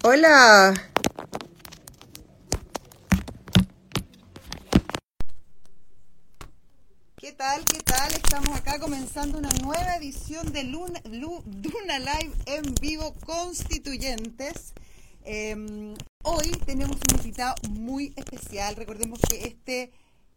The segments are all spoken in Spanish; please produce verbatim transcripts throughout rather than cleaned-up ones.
Hola. ¿Qué tal? ¿Qué tal? Estamos acá comenzando una nueva edición de Luna, Lu, Duna Live en vivo Constituyentes. Eh, hoy tenemos un invitado muy especial. Recordemos que este,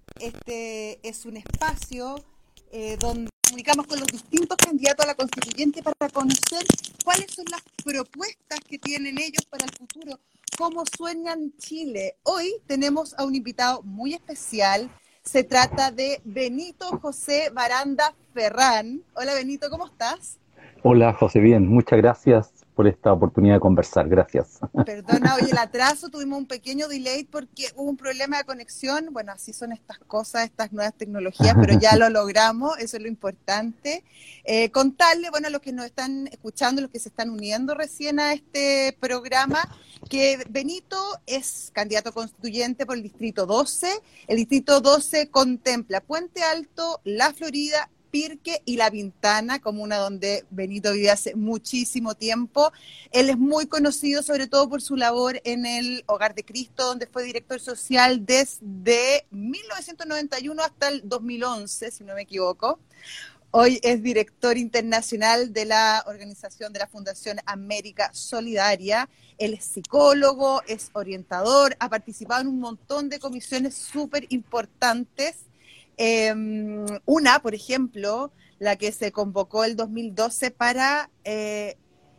este es un espacio eh, donde comunicamos con los distintos candidatos a la constituyente para conocer cuáles son las propuestas que tienen ellos para el futuro, cómo sueñan Chile. Hoy tenemos a un invitado muy especial. Se trata de Benito José Baranda Ferrán. Hola Benito, ¿cómo estás? Hola José, bien, muchas gracias por esta oportunidad de conversar, gracias. Perdona, hoy el atraso, tuvimos un pequeño delay porque hubo un problema de conexión. Bueno, así son estas cosas, estas nuevas tecnologías, pero ya lo logramos, eso es lo importante. Eh, contarle, bueno, a los que nos están escuchando, los que se están uniendo recién a este programa, que Benito es candidato constituyente por el Distrito doce. El Distrito doce contempla Puente Alto, La Florida, Pirque y La Pintana, comuna donde Benito vive hace muchísimo tiempo. Él es muy conocido sobre todo por su labor en el Hogar de Cristo, donde fue director social desde mil novecientos noventa y uno hasta el dos mil once, si no me equivoco. Hoy es director internacional de la organización de la Fundación América Solidaria. Él es psicólogo, es orientador, ha participado en un montón de comisiones súper importantes. Eh, una, por ejemplo, la que se convocó el dos mil doce para eh,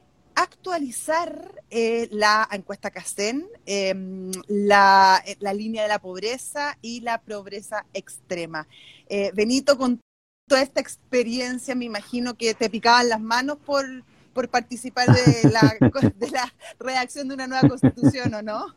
actualizar eh, la encuesta Cacén, eh, la, la línea de la pobreza y la pobreza extrema. Eh, Benito, con toda esta experiencia, me imagino que te picaban las manos por, por participar de la, de la redacción de una nueva constitución, ¿o no?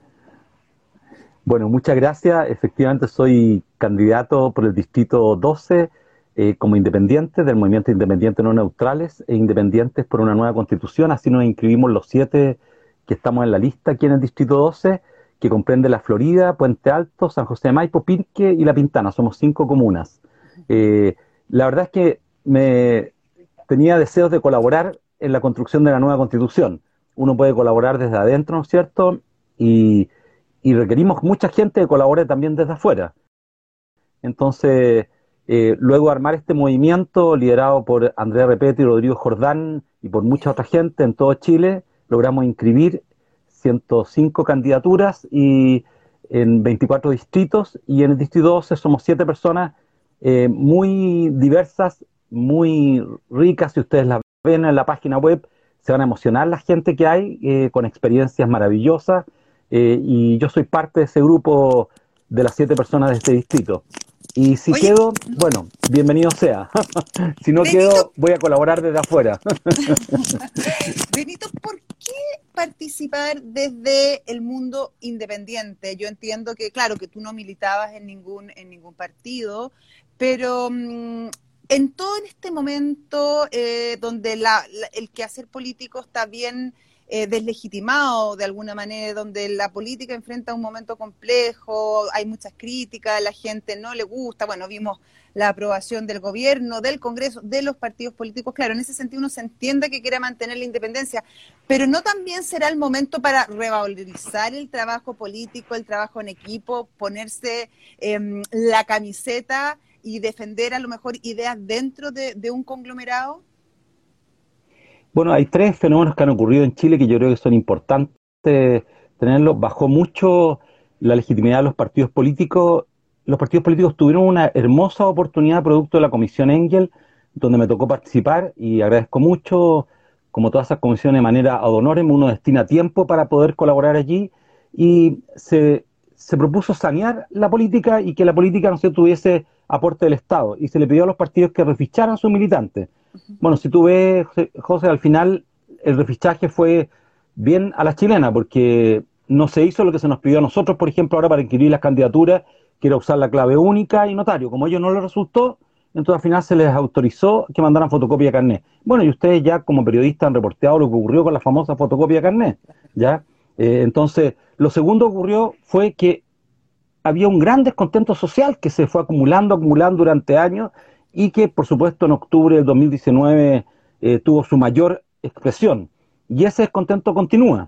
Bueno, muchas gracias. Efectivamente soy candidato por el Distrito doce eh, como independiente del Movimiento Independiente No Neutrales e Independientes por una Nueva Constitución. Así nos inscribimos los siete que estamos en la lista aquí en el Distrito doce, que comprende La Florida, Puente Alto, San José de Maipo, Pirque y La Pintana. Somos cinco comunas. Eh, la verdad es que me tenía deseos de colaborar en la construcción de la nueva Constitución. Uno puede colaborar desde adentro, ¿no es cierto? Y y requerimos mucha gente que colabore también desde afuera. Entonces, eh, luego de armar este movimiento liderado por Andrea Repeto y Rodrigo Jordán y por mucha otra gente en todo Chile, logramos inscribir ciento cinco candidaturas y en veinticuatro distritos, y en el Distrito doce somos siete personas eh, muy diversas, muy ricas. Si ustedes las ven en la página web, se van a emocionar la gente que hay, eh, con experiencias maravillosas. Eh, y yo soy parte de ese grupo de las siete personas de este distrito. Y si Oye, quedo, bueno, bienvenido sea. Si no Benito, quedo, voy a colaborar desde afuera. Benito, ¿por qué participar desde el mundo independiente? Yo entiendo que, claro, que tú no militabas en ningún, en ningún partido, pero mmm, en todo en este momento eh, donde la, la, el quehacer político está bien eh, deslegitimado de alguna manera, donde la política enfrenta un momento complejo, hay muchas críticas, la gente no le gusta, bueno, vimos la aprobación del gobierno, del Congreso, de los partidos políticos. Claro, en ese sentido uno se entiende que quiera mantener la independencia, pero ¿no también será el momento para revalorizar el trabajo político, el trabajo en equipo, ponerse eh, la camiseta y defender a lo mejor ideas dentro de, de un conglomerado? Bueno, hay tres fenómenos que han ocurrido en Chile que yo creo que son importantes tenerlos. Bajó mucho la legitimidad de los partidos políticos. Los partidos políticos tuvieron una hermosa oportunidad producto de la Comisión Engel, donde me tocó participar, y agradezco mucho, como todas esas comisiones, de manera ad honorem. Uno destina tiempo para poder colaborar allí, y se, se propuso sanear la política y que la política no se tuviese aporte del Estado, y se le pidió a los partidos que reficharan sus militantes. Bueno, si tú ves, José, al final el refichaje fue bien a la chilena, porque no se hizo lo que se nos pidió a nosotros, por ejemplo, ahora para inscribir las candidaturas, que era usar la clave única y notario. Como a ellos no les resultó, entonces al final se les autorizó que mandaran fotocopia de carnet. Bueno, y ustedes ya como periodistas han reporteado lo que ocurrió con la famosa fotocopia de carnet, ¿ya? Eh, entonces, lo segundo que ocurrió fue que había un gran descontento social que se fue acumulando, acumulando durante años, y que, por supuesto, en octubre del dos mil diecinueve eh, tuvo su mayor expresión. Y ese descontento continúa.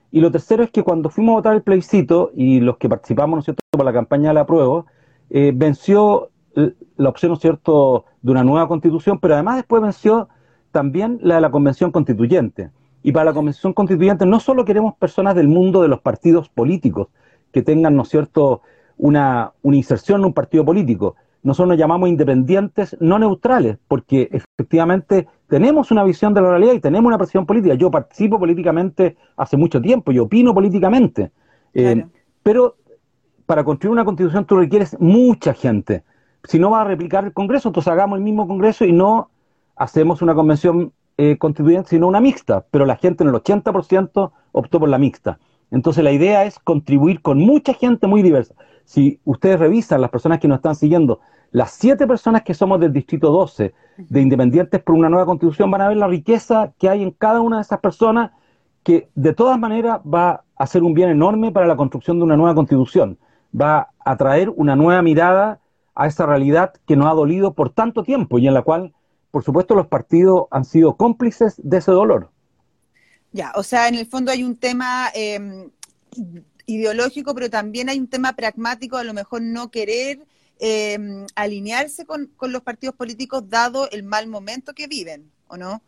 Y lo tercero es que cuando fuimos a votar el plebiscito, y los que participamos, ¿no es cierto?, por la campaña de la apruebo, eh, venció la opción, ¿no es cierto?, de una nueva constitución, pero además después venció también la de la convención constituyente. Y para la convención constituyente no solo queremos personas del mundo de los partidos políticos que tengan, ¿no es cierto?, una, una inserción en un partido político. Nosotros nos llamamos independientes no neutrales, porque efectivamente tenemos una visión de la realidad y tenemos una presión política. Yo participo políticamente hace mucho tiempo, yo opino políticamente. Claro. Eh, pero para construir una constitución tú requieres mucha gente. Si no va a replicar el Congreso, entonces hagamos el mismo Congreso y no hacemos una convención eh, constituyente, sino una mixta. Pero la gente en el ochenta por ciento optó por la mixta. Entonces la idea es contribuir con mucha gente muy diversa. Si ustedes revisan, las personas que nos están siguiendo, las siete personas que somos del Distrito doce, de Independientes por una Nueva Constitución, van a ver la riqueza que hay en cada una de esas personas, que de todas maneras va a hacer un bien enorme para la construcción de una nueva Constitución. Va a traer una nueva mirada a esa realidad que nos ha dolido por tanto tiempo y en la cual, por supuesto, los partidos han sido cómplices de ese dolor. Ya, o sea, en el fondo hay un tema eh, ideológico, pero también hay un tema pragmático, a lo mejor no querer eh, alinearse con, con los partidos políticos dado el mal momento que viven, ¿o no?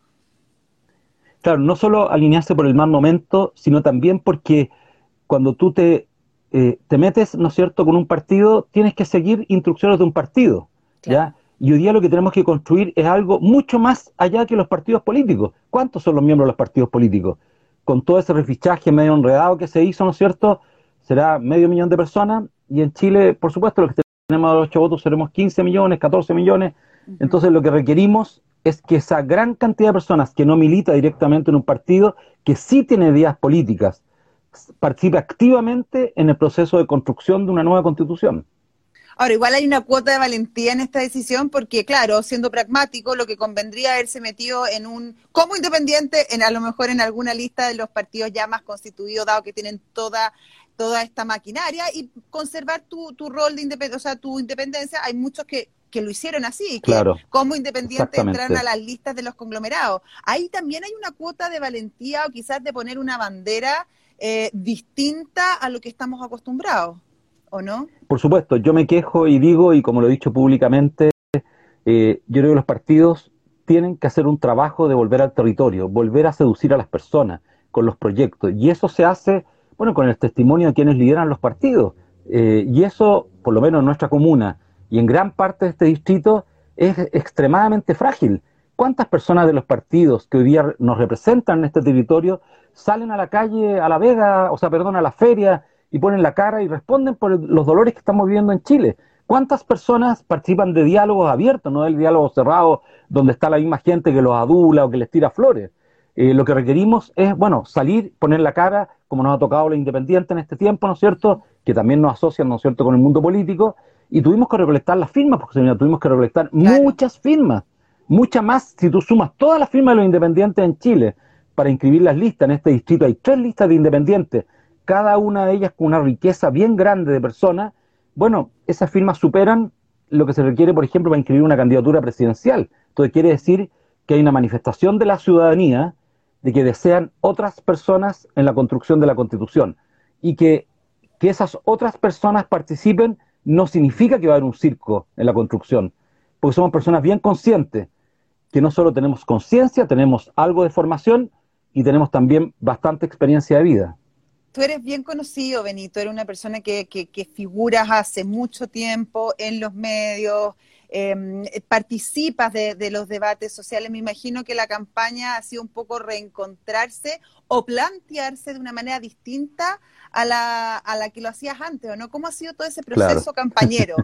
Claro, no solo alinearse por el mal momento, sino también porque cuando tú te, eh, te metes, ¿no es cierto?, con un partido, tienes que seguir instrucciones de un partido, Claro. ¿ya? Y hoy día lo que tenemos que construir es algo mucho más allá que los partidos políticos. ¿Cuántos son los miembros de los partidos políticos? Con todo ese refichaje medio enredado que se hizo, ¿no es cierto?, será medio millón de personas, y en Chile, por supuesto, los que tenemos ocho votos seremos quince millones, catorce millones. Uh-huh. Entonces lo que requerimos es que esa gran cantidad de personas que no milita directamente en un partido, que sí tiene ideas políticas, participe activamente en el proceso de construcción de una nueva constitución. Ahora, igual hay una cuota de valentía en esta decisión porque, claro, siendo pragmático, lo que convendría haberse metido en un, como independiente, en a lo mejor en alguna lista de los partidos ya más constituidos, dado que tienen toda, toda esta maquinaria, y conservar tu, tu rol de independencia, o sea, tu independencia. Hay muchos que, que lo hicieron así, que claro, como independientes entraron a las listas de los conglomerados. Ahí también hay una cuota de valentía o quizás de poner una bandera eh, distinta a lo que estamos acostumbrados, ¿o no? Por supuesto, yo me quejo y digo, y como lo he dicho públicamente, eh, yo creo que los partidos tienen que hacer un trabajo de volver al territorio, volver a seducir a las personas con los proyectos, y eso se hace, bueno, con el testimonio de quienes lideran los partidos, eh, y eso, por lo menos en nuestra comuna, y en gran parte de este distrito, es extremadamente frágil. ¿Cuántas personas de los partidos que hoy día nos representan en este territorio salen a la calle, a la Vega, o sea, perdón, a la feria, y ponen la cara y responden por los dolores que estamos viviendo en Chile? ¿Cuántas personas participan de diálogos abiertos, no del diálogo cerrado, donde está la misma gente que los adula o que les tira flores? Eh, lo que requerimos es, bueno, salir, poner la cara, como nos ha tocado la Independiente en este tiempo, ¿no es cierto?, que también nos asocian, ¿no es cierto?, con el mundo político, y tuvimos que recolectar las firmas, porque señora, tuvimos que recolectar claro. muchas firmas, muchas más, si tú sumas todas las firmas de los independientes en Chile, para inscribir las listas. En este distrito hay tres listas de independientes, cada una de ellas con una riqueza bien grande de personas. Bueno, esas firmas superan lo que se requiere, por ejemplo, para inscribir una candidatura presidencial. Entonces quiere decir que hay una manifestación de la ciudadanía de que desean otras personas en la construcción de la Constitución. Y que, que esas otras personas participen no significa que va a haber un circo en la construcción, porque somos personas bien conscientes, que no solo tenemos conciencia, tenemos algo de formación y tenemos también bastante experiencia de vida. Tú eres bien conocido, Benito, eres una persona que, que, que figuras hace mucho tiempo en los medios, eh, participas de, de los debates sociales. Me imagino que la campaña ha sido un poco reencontrarse o plantearse de una manera distinta a la, a la que lo hacías antes, ¿o no? ¿Cómo ha sido todo ese proceso claro. campañero?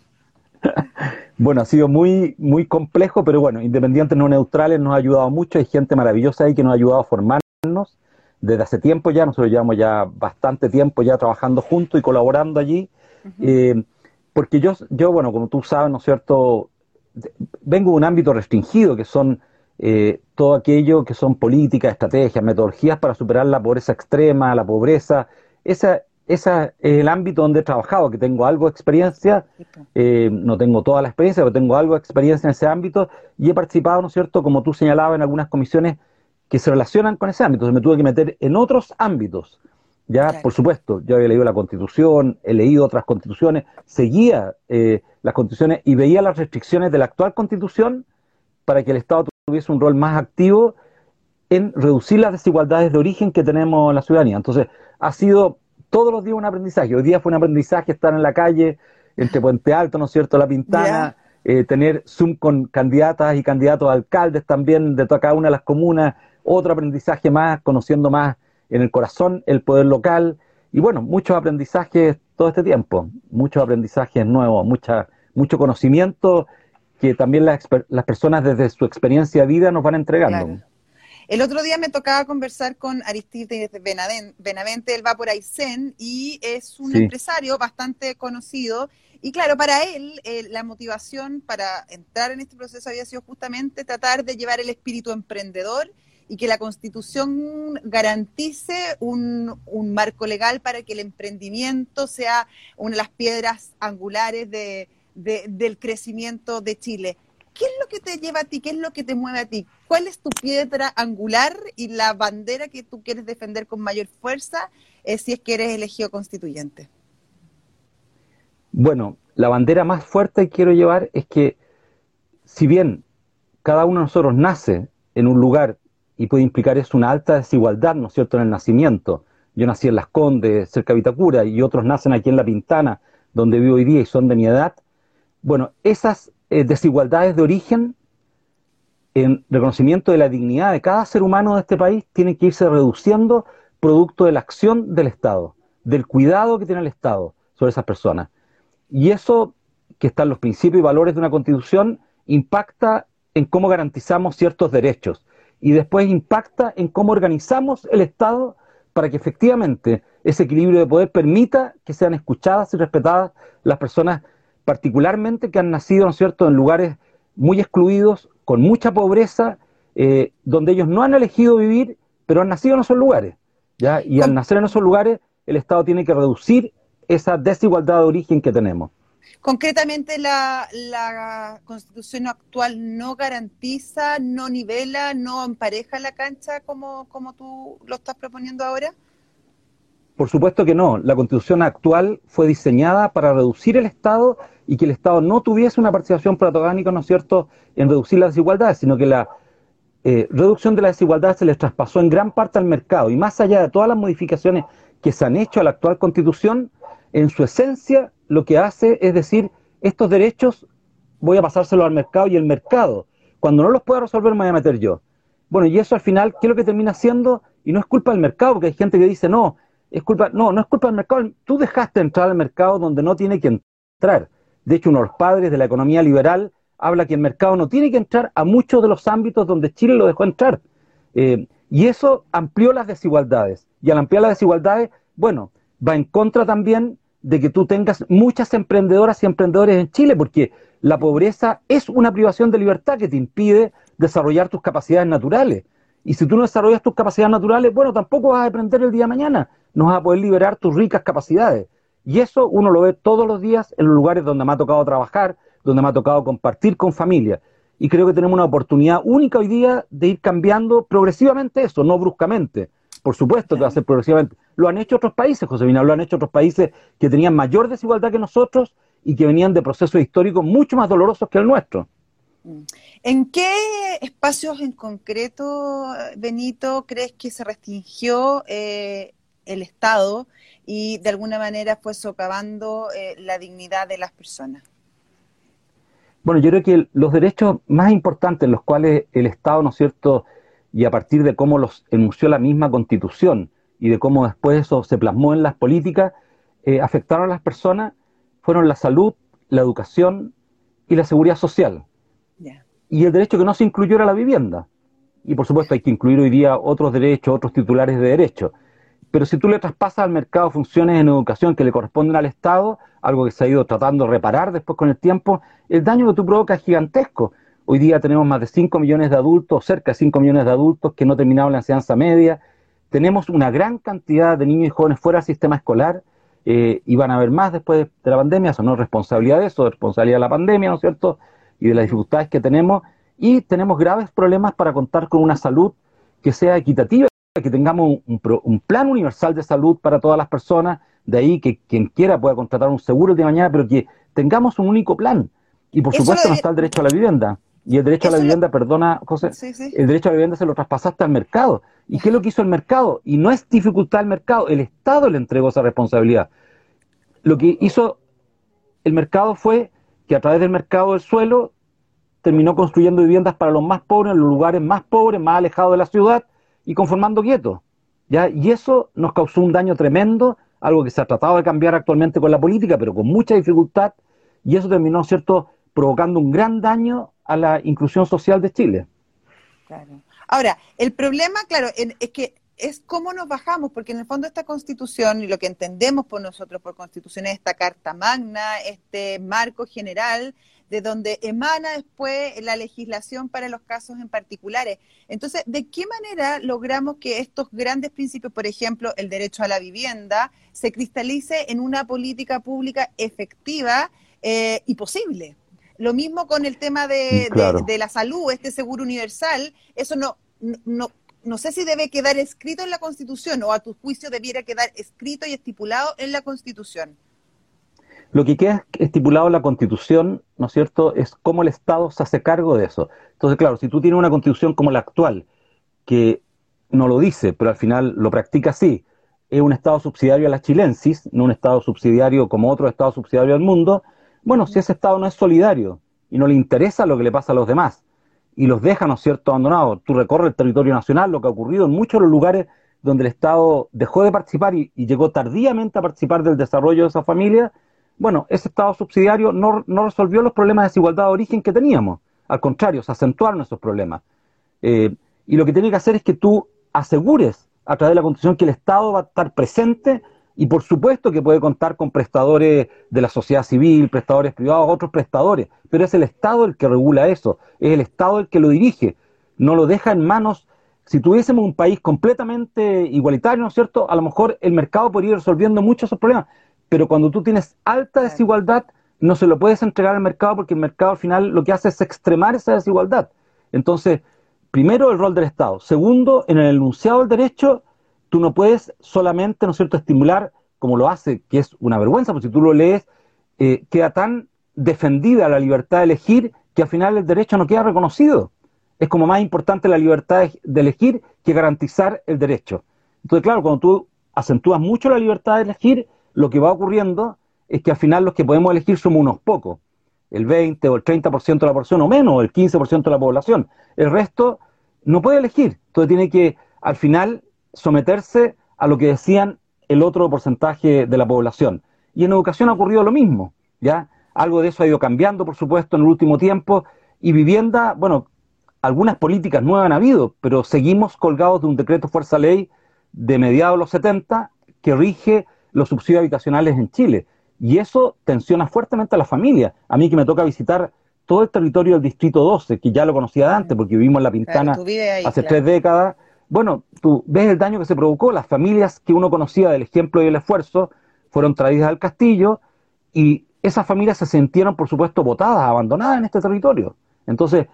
Bueno, ha sido muy, muy complejo, pero bueno, Independientes No Neutrales nos ha ayudado mucho, hay gente maravillosa ahí que nos ha ayudado a formarnos desde hace tiempo ya. Nosotros llevamos ya bastante tiempo ya trabajando juntos y colaborando allí, uh-huh. eh, porque yo, yo, bueno, como tú sabes, ¿no es cierto?, vengo de un ámbito restringido, que son eh, todo aquello que son políticas, estrategias, metodologías para superar la pobreza extrema, la pobreza. Esa, ese es el ámbito donde he trabajado, que tengo algo de experiencia, eh, no tengo toda la experiencia, pero tengo algo de experiencia en ese ámbito, y he participado, ¿no es cierto?, como tú señalabas, en algunas comisiones que se relacionan con ese ámbito. Entonces me tuve que meter en otros ámbitos. Ya, Claro. por supuesto, yo había leído la Constitución, he leído otras constituciones, seguía eh, las constituciones y veía las restricciones de la actual Constitución para que el Estado tuviese un rol más activo en reducir las desigualdades de origen que tenemos en la ciudadanía. Entonces, ha sido todos los días un aprendizaje. Hoy día fue un aprendizaje estar en la calle, entre Puente Alto, ¿no es cierto?, La Pintana, ¿Ya? eh, tener Zoom con candidatas y candidatos a alcaldes también de toda cada una de las comunas, otro aprendizaje más, conociendo más en el corazón el poder local, y bueno, muchos aprendizajes todo este tiempo, muchos aprendizajes nuevos, mucha, mucho conocimiento que también las, las personas desde su experiencia de vida nos van entregando. Claro. El otro día me tocaba conversar con Aristides Benavente, él va por Aysén y es un Sí. empresario bastante conocido. Y claro, para él eh, la motivación para entrar en este proceso había sido justamente tratar de llevar el espíritu emprendedor y que la Constitución garantice un, un marco legal para que el emprendimiento sea una de las piedras angulares de, de, del crecimiento de Chile. ¿Qué es lo que te lleva a ti? ¿Qué es lo que te mueve a ti? ¿Cuál es tu piedra angular y la bandera que tú quieres defender con mayor fuerza eh, si es que eres elegido constituyente? Bueno, la bandera más fuerte que quiero llevar es que, si bien cada uno de nosotros nace en un lugar y puede implicar eso una alta desigualdad, ¿no es cierto?, en el nacimiento. Yo nací en Las Condes, cerca de Vitacura, y otros nacen aquí en La Pintana, donde vivo hoy día y son de mi edad. Bueno, esas eh, desigualdades de origen, en reconocimiento de la dignidad de cada ser humano de este país, tienen que irse reduciendo producto de la acción del Estado, del cuidado que tiene el Estado sobre esas personas. Y eso, que están los principios y valores de una Constitución, impacta en cómo garantizamos ciertos derechos y después impacta en cómo organizamos el Estado para que efectivamente ese equilibrio de poder permita que sean escuchadas y respetadas las personas, particularmente que han nacido, ¿no es cierto?, en lugares muy excluidos, con mucha pobreza, eh, donde ellos no han elegido vivir, pero han nacido en esos lugares, ¿ya? Y al Con, nacer en esos lugares, el Estado tiene que reducir esa desigualdad de origen que tenemos. concretamente, la, la Constitución actual no garantiza, no nivela, no empareja la cancha como, como tú lo estás proponiendo ahora. Por supuesto que no. La Constitución actual fue diseñada para reducir el Estado y que el Estado no tuviese una participación protagónica, ¿no es cierto?, en reducir las desigualdades, sino que la eh, reducción de las desigualdades se les traspasó en gran parte al mercado. Y más allá de todas las modificaciones que se han hecho a la actual Constitución, en su esencia lo que hace es decir, estos derechos voy a pasárselos al mercado y el mercado, cuando no los pueda resolver, me voy a meter yo. Bueno, y eso al final, ¿qué es lo que termina haciendo? Y no es culpa del mercado, porque hay gente que dice, no, es culpa, no, no es culpa del mercado, tú dejaste entrar al mercado donde no tiene que entrar. De hecho, uno de los padres de la economía liberal habla que el mercado no tiene que entrar a muchos de los ámbitos donde Chile lo dejó entrar. Eh, y eso amplió las desigualdades. Y al ampliar las desigualdades, bueno, va en contra también de que tú tengas muchas emprendedoras y emprendedores en Chile, porque la pobreza es una privación de libertad que te impide desarrollar tus capacidades naturales. Y si tú no desarrollas tus capacidades naturales, bueno, tampoco vas a aprender el día de mañana, no vas a poder liberar tus ricas capacidades. Y eso uno lo ve todos los días en los lugares donde me ha tocado trabajar, donde me ha tocado compartir con familia. Y creo que tenemos una oportunidad única hoy día de ir cambiando progresivamente eso, no bruscamente. Por supuesto que va a ser progresivamente. Lo han hecho otros países, Josefina, lo han hecho otros países que tenían mayor desigualdad que nosotros y que venían de procesos históricos mucho más dolorosos que el nuestro. ¿En qué espacios en concreto, Benito, crees que se restringió eh, el Estado y de alguna manera fue socavando eh, la dignidad de las personas? Bueno, yo creo que los derechos más importantes en los cuales el Estado, ¿no es cierto?, y a partir de cómo los enunció la misma Constitución y de cómo después eso se plasmó en las políticas, eh, afectaron a las personas, fueron la salud, la educación y la seguridad social. Yeah. Y el derecho que no se incluyó era la vivienda. Y por supuesto hay que incluir hoy día otros derechos, otros titulares de derechos. Pero si tú le traspasas al mercado funciones en educación que le corresponden al Estado, algo que se ha ido tratando de reparar después con el tiempo, el daño que tú provocas es gigantesco. Hoy día tenemos más de cinco millones de adultos, cerca de cinco millones de adultos que no terminaron la enseñanza media. Tenemos una gran cantidad de niños y jóvenes fuera del sistema escolar, eh, y van a haber más después de la pandemia. Eso no es responsabilidad de eso, es responsabilidad de la pandemia, ¿no es cierto?, y de las dificultades que tenemos. Y tenemos graves problemas para contar con una salud que sea equitativa que tengamos un, un, un plan universal de salud para todas las personas, de ahí que quien quiera pueda contratar un seguro el día de mañana, pero que tengamos un único plan. Y por Eso lo supuesto no debía- está el derecho a la vivienda. Y el derecho a la Eso lo... vivienda, perdona, José, Sí, sí. el derecho a la vivienda se lo traspasaste al mercado. ¿Y qué es lo que hizo el mercado? Y no es dificultad al mercado, el Estado le entregó esa responsabilidad. Lo que hizo el mercado fue que a través del mercado del suelo terminó construyendo viviendas para los más pobres, en los lugares más pobres, más alejados de la ciudad, y conformando guetos, ¿ya? Y eso nos causó un daño tremendo, algo que se ha tratado de cambiar actualmente con la política, pero con mucha dificultad, y eso terminó, ¿cierto?, provocando un gran daño a la inclusión social de Chile. Claro. Ahora, el problema, claro, en- es que es cómo nos bajamos, porque en el fondo esta constitución y lo que entendemos por nosotros por constitución es esta carta magna, este marco general, de donde emana después la legislación para los casos en particulares. Entonces, ¿de qué manera logramos que estos grandes principios, por ejemplo, el derecho a la vivienda, se cristalice en una política pública efectiva eh, y posible? Lo mismo con el tema de, de, Claro. de la salud, este seguro universal, eso no, no, no, no sé si debe quedar escrito en la Constitución o a tu juicio debiera quedar escrito y estipulado en la Constitución. Lo que queda estipulado en la Constitución, ¿no es cierto?, es cómo el Estado se hace cargo de eso. Entonces, claro, si tú tienes una Constitución como la actual, que no lo dice, pero al final lo practica así, es un Estado subsidiario a la chilensis, no un Estado subsidiario como otro Estado subsidiario del mundo, bueno, si ese Estado no es solidario y no le interesa lo que le pasa a los demás, y los deja, ¿no es cierto?, abandonados, tú recorres el territorio nacional, lo que ha ocurrido en muchos de los lugares donde el Estado dejó de participar y, y llegó tardíamente a participar del desarrollo de esa familia, bueno, ese Estado subsidiario no, no resolvió los problemas de desigualdad de origen que teníamos. Al contrario, se acentuaron esos problemas. Eh, y lo que tiene que hacer es que tú asegures a través de la Constitución que el Estado va a estar presente y por supuesto que puede contar con prestadores de la sociedad civil, prestadores privados, otros prestadores, pero es el Estado el que regula eso, es el Estado el que lo dirige, no lo deja en manos. Si tuviésemos un país completamente igualitario, ¿no es cierto?, a lo mejor el mercado podría ir resolviendo muchos de esos problemas, pero cuando tú tienes alta desigualdad, no se lo puedes entregar al mercado porque el mercado al final lo que hace es extremar esa desigualdad. Entonces, primero, el rol del Estado. Segundo, en el enunciado del derecho, tú no puedes solamente, ¿no es cierto?, estimular, como lo hace, que es una vergüenza, porque si tú lo lees, eh, queda tan defendida la libertad de elegir que al final el derecho no queda reconocido. Es como más importante la libertad de elegir que garantizar el derecho. Entonces, claro, cuando tú acentúas mucho la libertad de elegir, lo que va ocurriendo es que al final los que podemos elegir somos unos pocos, el veinte o el treinta por ciento de la población o menos, o el quince por ciento de la población. El resto no puede elegir, entonces tiene que al final someterse a lo que decían el otro porcentaje de la población. Y en educación ha ocurrido lo mismo, ¿ya? Algo de eso ha ido cambiando, por supuesto, en el último tiempo, y vivienda, bueno, algunas políticas nuevas han habido, pero seguimos colgados de un decreto fuerza ley de mediados de los setenta que rige los subsidios habitacionales en Chile. Y eso tensiona fuertemente a la familia. A mí que me toca visitar todo el territorio del Distrito doce, que ya lo conocía de antes, porque vivimos en La Pintana Claro, tú vives ahí, hace claro. tres décadas. Bueno, tú ves el daño que se provocó. Las familias que uno conocía del ejemplo y el esfuerzo fueron traídas al castillo y esas familias se sintieron, por supuesto, botadas, abandonadas en este territorio. Entonces,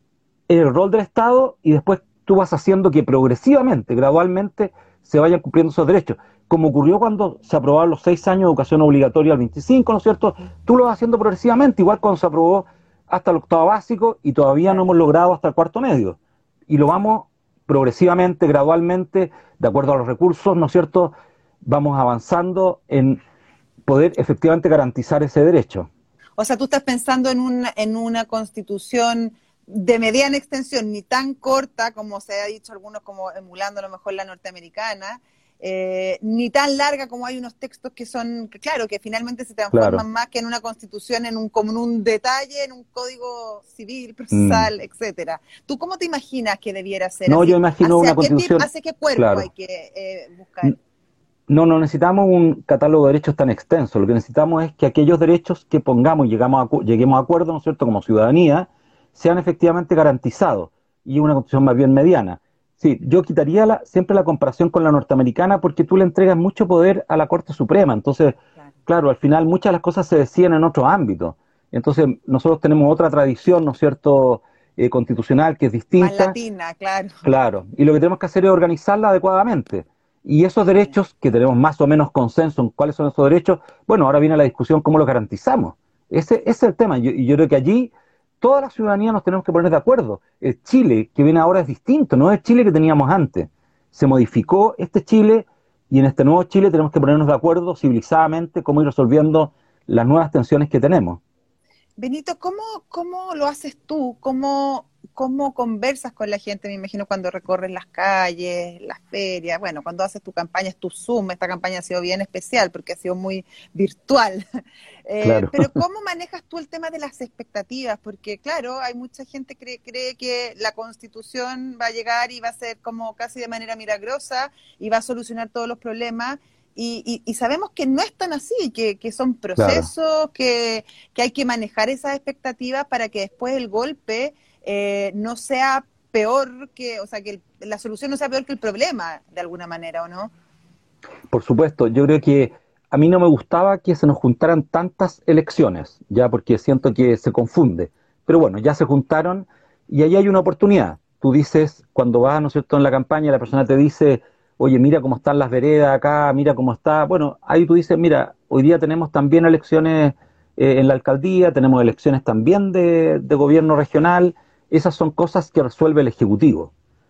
el rol del Estado y después tú vas haciendo que progresivamente, gradualmente, se vayan cumpliendo esos derechos. Como ocurrió cuando se aprobaron los seis años de educación obligatoria al veinticinco, ¿no es cierto? Tú lo vas haciendo progresivamente, igual cuando se aprobó hasta el octavo básico y todavía no hemos logrado hasta el cuarto medio. Y lo vamos progresivamente, gradualmente, de acuerdo a los recursos, ¿no es cierto? Vamos avanzando en poder efectivamente garantizar ese derecho. O sea, tú estás pensando en una, en una constitución de mediana extensión, ni tan corta como se ha dicho algunos, como emulando a lo mejor la norteamericana, eh, ni tan larga como hay unos textos que son, que, claro, que finalmente se transforman Claro. más que en una constitución, en un, como en un detalle, en un código civil, procesal, Mm. etcétera. ¿Tú cómo te imaginas que debiera ser? No, Así, yo imagino ¿hacia una qué constitución... tip- ¿Hacia qué cuerpo Claro. hay que eh, buscar? No, no necesitamos un catálogo de derechos tan extenso. Lo que necesitamos es que aquellos derechos que pongamos y llegamos a, lleguemos a acuerdo, ¿no es cierto?, como ciudadanía, sean efectivamente garantizados. Y una constitución más bien mediana. Sí, yo quitaría la, siempre la comparación con la norteamericana porque tú le entregas mucho poder a la Corte Suprema. Entonces, Claro. claro, al final muchas de las cosas se decían en otros ámbitos. Entonces, nosotros tenemos otra tradición, ¿no es cierto?, eh, constitucional que es Más distinta. latina, claro. Claro, y lo que tenemos que hacer es organizarla adecuadamente. Y esos derechos, que tenemos más o menos consenso en cuáles son esos derechos, bueno, ahora viene la discusión cómo los garantizamos. Ese, ese es el tema, y yo, y yo creo que allí toda la ciudadanía nos tenemos que poner de acuerdo. El Chile que viene ahora es distinto, no es el Chile que teníamos antes. Se modificó este Chile y en este nuevo Chile tenemos que ponernos de acuerdo civilizadamente cómo ir resolviendo las nuevas tensiones que tenemos. Benito, ¿cómo, cómo lo haces tú? ¿Cómo, cómo conversas con la gente? Me imagino cuando recorres las calles, las ferias, bueno, cuando haces tu campaña, es tu Zoom, esta campaña ha sido bien especial porque ha sido muy virtual. Eh, Claro, pero ¿cómo manejas tú el tema de las expectativas? Porque claro, hay mucha gente que cree, cree que la Constitución va a llegar y va a ser como casi de manera milagrosa y va a solucionar todos los problemas. Y, y, y sabemos que no es tan así, que, que son claro. procesos, que, que hay que manejar esas expectativas para que después el golpe eh, no sea peor que, o sea, que el, la solución no sea peor que el problema, de alguna manera, ¿o no? Por supuesto, yo creo que a mí no me gustaba que se nos juntaran tantas elecciones, ya porque siento que se confunde. Pero bueno, ya se juntaron y ahí hay una oportunidad. Tú dices, cuando vas, ¿no es cierto?, en la campaña, la persona te dice, oye, mira cómo están las veredas acá, mira cómo está. Bueno, ahí tú dices, mira, hoy día tenemos también elecciones eh, en la alcaldía, tenemos elecciones también de, de gobierno regional. Esas son cosas que resuelve el Ejecutivo.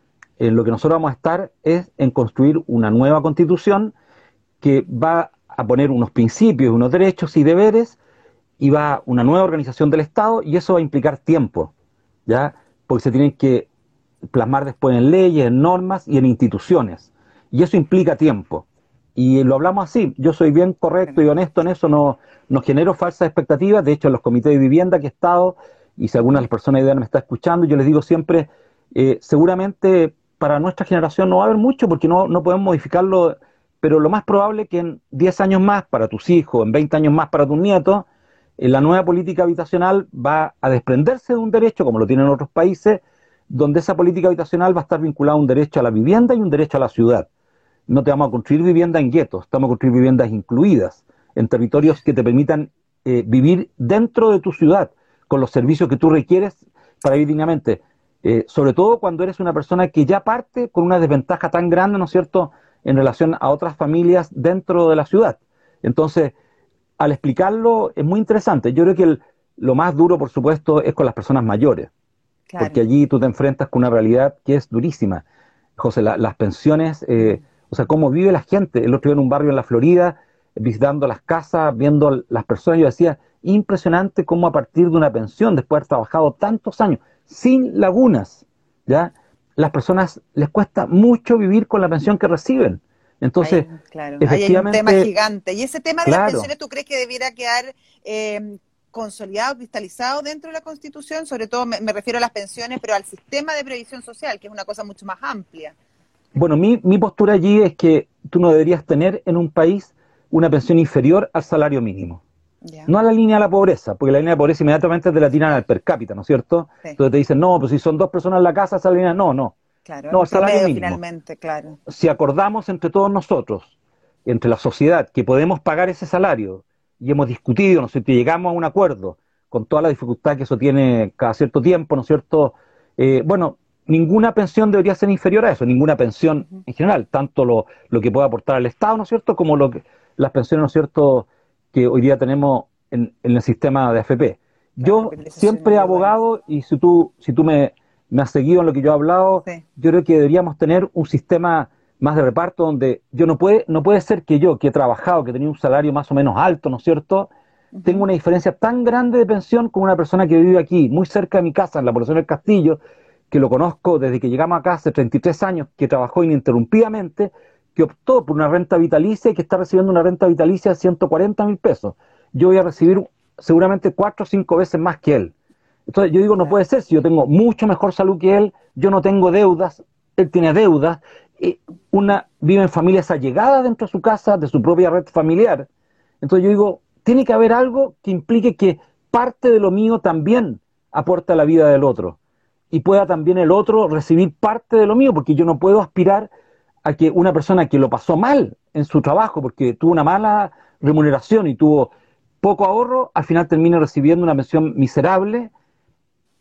En lo que nosotros vamos a estar es en construir una nueva constitución que va a poner unos principios, unos derechos y deberes, y va una nueva organización del Estado, y eso va a implicar tiempo, ¿ya? Porque se tienen que plasmar después en leyes, en normas y en instituciones, y eso implica tiempo. Y lo hablamos así, yo soy bien correcto y honesto en eso, no, no genero falsas expectativas. De hecho, en los comités de vivienda que he estado, y si alguna de las personas de idea me está escuchando, yo les digo siempre, eh, seguramente para nuestra generación no va a haber mucho porque no, no podemos modificarlo, pero lo más probable es que en diez años más para tus hijos, en veinte años más para tus nietos, eh, la nueva política habitacional va a desprenderse de un derecho, como lo tienen otros países, donde esa política habitacional va a estar vinculada a un derecho a la vivienda y un derecho a la ciudad. No te vamos a construir viviendas en guetos, te vamos a construir viviendas incluidas, en territorios que te permitan eh, vivir dentro de tu ciudad, con los servicios que tú requieres para vivir dignamente. Eh, sobre todo cuando eres una persona que ya parte con una desventaja tan grande, ¿no es cierto?, en relación a otras familias dentro de la ciudad. Entonces, al explicarlo es muy interesante. Yo creo que el, lo más duro, por supuesto, es con las personas mayores, porque Claro. allí tú te enfrentas con una realidad que es durísima. José, la, las pensiones, eh, o sea, cómo vive la gente. El otro día en un barrio en la Florida, visitando las casas, viendo las personas, yo decía, impresionante cómo a partir de una pensión, después de haber trabajado tantos años, sin lagunas, ¿ya? Las personas les cuesta mucho vivir con la pensión que reciben. Entonces, Ahí, claro, ahí hay un tema efectivamente, gigante. ¿Y ese tema de las claro, pensiones tú crees que debiera quedar eh, consolidado, cristalizado dentro de la Constitución? Sobre todo me, me refiero a las pensiones, pero al sistema de previsión social, que es una cosa mucho más amplia. bueno, mi, mi postura allí es que tú no deberías tener en un país una pensión inferior al salario mínimo. Ya, No a la línea de la pobreza, porque la línea de pobreza inmediatamente te la tiran al per cápita, ¿no es cierto? sí, Entonces te dicen, no, pues si son dos personas en la casa, esa línea, no, no, claro, es no, un al salario promedio mínimo. finalmente, claro. Si acordamos entre todos nosotros, entre la sociedad, que podemos pagar ese salario, y hemos discutido, ¿no es cierto?, y llegamos a un acuerdo, con toda la dificultad que eso tiene cada cierto tiempo, ¿no es cierto? Eh, bueno, ninguna pensión debería ser inferior a eso, ninguna pensión Ujú. en general, tanto lo, lo que pueda aportar al Estado, ¿no es cierto?, como lo que, las pensiones, ¿no es cierto?, que hoy día tenemos en, en el sistema de A F P. Claro, Yo capitalización siempre he individual. abogado, y si tú, si tú me, me has seguido en lo que yo he hablado, Sí. yo creo que deberíamos tener un sistema más de reparto donde yo no puede, no puede ser que yo, que he trabajado, que he tenido un salario más o menos alto, ¿no es cierto?, tengo Ujú. una diferencia tan grande de pensión con una persona que vive aquí, muy cerca de mi casa, en la población del Castillo, que lo conozco desde que llegamos acá hace treinta y tres años, que trabajó ininterrumpidamente, que optó por una renta vitalicia y que está recibiendo una renta vitalicia de ciento cuarenta mil pesos. Yo voy a recibir seguramente cuatro o cinco veces más que él. Entonces yo digo, no Claro. puede ser, si yo tengo mucho mejor salud que él, yo no tengo deudas, él tiene deudas, eh, una, vive en familias allegadas dentro de su casa, de su propia red familiar. Entonces yo digo, tiene que haber algo que implique que parte de lo mío también aporta a la vida del otro y pueda también el otro recibir parte de lo mío, porque yo no puedo aspirar a que una persona que lo pasó mal en su trabajo, porque tuvo una mala remuneración y tuvo poco ahorro, al final termine recibiendo una pensión miserable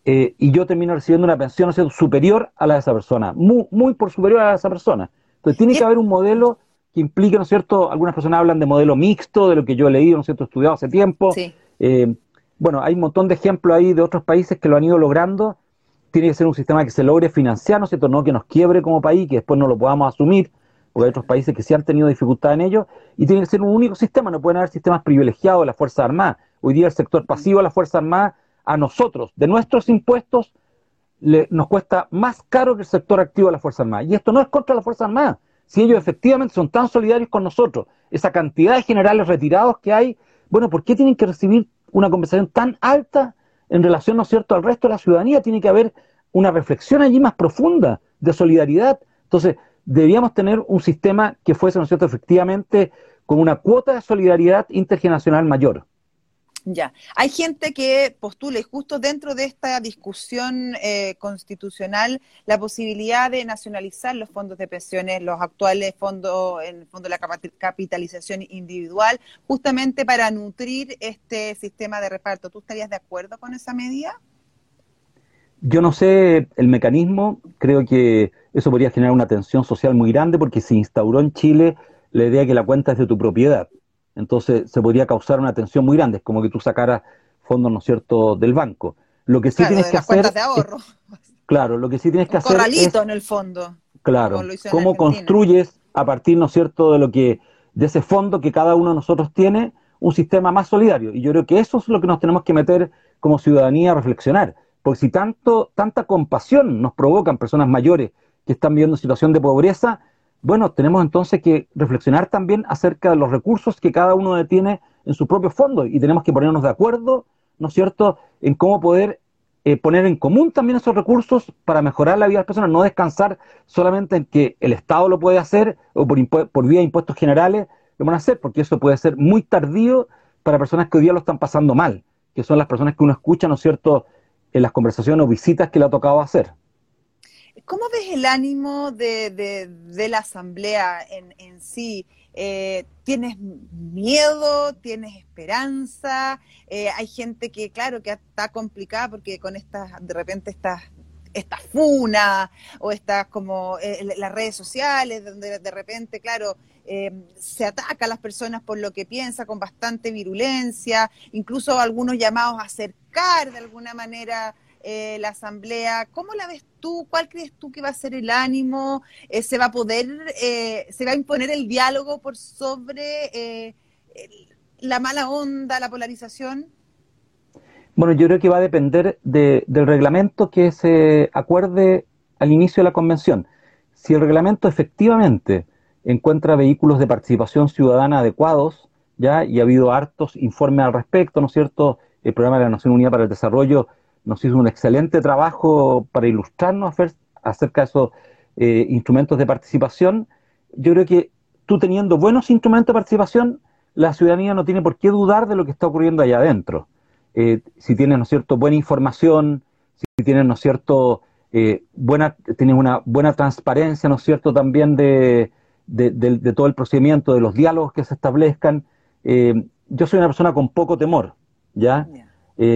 eh, y yo termino recibiendo una pensión, ¿no es cierto?, superior a la de esa persona, muy, muy por superior a la de esa persona. Entonces tiene que haber un modelo que implique, ¿no es cierto?, algunas personas hablan de modelo mixto, de lo que yo he leído, ¿no es cierto?, estudiado hace tiempo. Sí. Eh, bueno, hay un montón de ejemplos ahí de otros países que lo han ido logrando. Tiene que ser un sistema que se logre financiar, ¿no es cierto?, no que nos quiebre como país, que después no lo podamos asumir, porque hay otros países que sí han tenido dificultad en ello, y tiene que ser un único sistema, no pueden haber sistemas privilegiados de las Fuerzas Armadas. Hoy día el sector pasivo de las Fuerzas Armadas, a nosotros, de nuestros impuestos, le, nos cuesta más caro que el sector activo de las Fuerzas Armadas. Y esto no es contra las Fuerzas Armadas, si ellos efectivamente son tan solidarios con nosotros, esa cantidad de generales retirados que hay, bueno, ¿por qué tienen que recibir una compensación tan alta en relación, ¿no es cierto?, al resto de la ciudadanía? Tiene que haber una reflexión allí más profunda de solidaridad. Entonces, deberíamos tener un sistema que fuese, ¿no es cierto?, efectivamente con una cuota de solidaridad intergeneracional mayor. Ya, hay gente que postula, y justo dentro de esta discusión eh, constitucional, la posibilidad de nacionalizar los fondos de pensiones, los actuales fondos, en el fondo de la capitalización individual, justamente para nutrir este sistema de reparto. ¿Tú estarías de acuerdo con esa medida? Yo no sé el mecanismo, creo que eso podría generar una tensión social muy grande porque se instauró en Chile la idea de que la cuenta es de tu propiedad. Entonces se podría causar una tensión muy grande, es como que tú sacaras fondos, ¿no es cierto?, del banco. Lo que sí Claro, tienes de que las hacer cuentas de ahorro. es, claro, lo que sí tienes que Un hacer corralito es, en el fondo, como claro, lo hizo en cómo Argentina. construyes a partir, ¿no es cierto?, de lo que, de ese fondo que cada uno de nosotros tiene, un sistema más solidario. Y yo creo que eso es lo que nos tenemos que meter como ciudadanía a reflexionar. Porque si tanto, tanta compasión nos provocan personas mayores que están viviendo en situación de pobreza, bueno, tenemos entonces que reflexionar también acerca de los recursos que cada uno tiene en su propio fondo y tenemos que ponernos de acuerdo, ¿no es cierto?, en cómo poder eh, poner en común también esos recursos para mejorar la vida de las personas, no descansar solamente en que el Estado lo puede hacer o por, por vía de impuestos generales lo van a hacer, porque eso puede ser muy tardío para personas que hoy día lo están pasando mal, que son las personas que uno escucha, ¿no es cierto?, en las conversaciones o visitas que le ha tocado hacer. ¿Cómo ves el ánimo de, de, de la asamblea en, en sí? Eh, ¿Tienes miedo? ¿Tienes esperanza? Eh, hay gente que, claro, que está complicada porque con estas, de repente estas esta funa o estas como eh, las redes sociales, donde de repente, claro, eh, se ataca a las personas por lo que piensa con bastante virulencia, incluso algunos llamados a acercar de alguna manera eh, la asamblea. ¿Cómo la ves tú? ¿Cuál crees tú que va a ser el ánimo? Eh, ¿Se va a poder, eh, se va a imponer el diálogo por sobre eh, el, la mala onda, la polarización? Bueno, yo creo que va a depender de, del reglamento que se acuerde al inicio de la convención. Si el reglamento efectivamente encuentra vehículos de participación ciudadana adecuados, ya, y ha habido hartos informes al respecto, ¿no es cierto? El Programa de la Nación Unida para el Desarrollo nos hizo un excelente trabajo para ilustrarnos acerca de esos eh, instrumentos de participación. Yo creo que tú teniendo buenos instrumentos de participación, la ciudadanía no tiene por qué dudar de lo que está ocurriendo allá adentro. Eh, si tienes, ¿no es cierto?, buena información, si tienes, ¿no es cierto?, eh, buena, tienes una buena transparencia, ¿no es cierto?, también de, de, de, de todo el procedimiento, de los diálogos que se establezcan. Eh, yo soy una persona con poco temor, ¿ya? Yeah.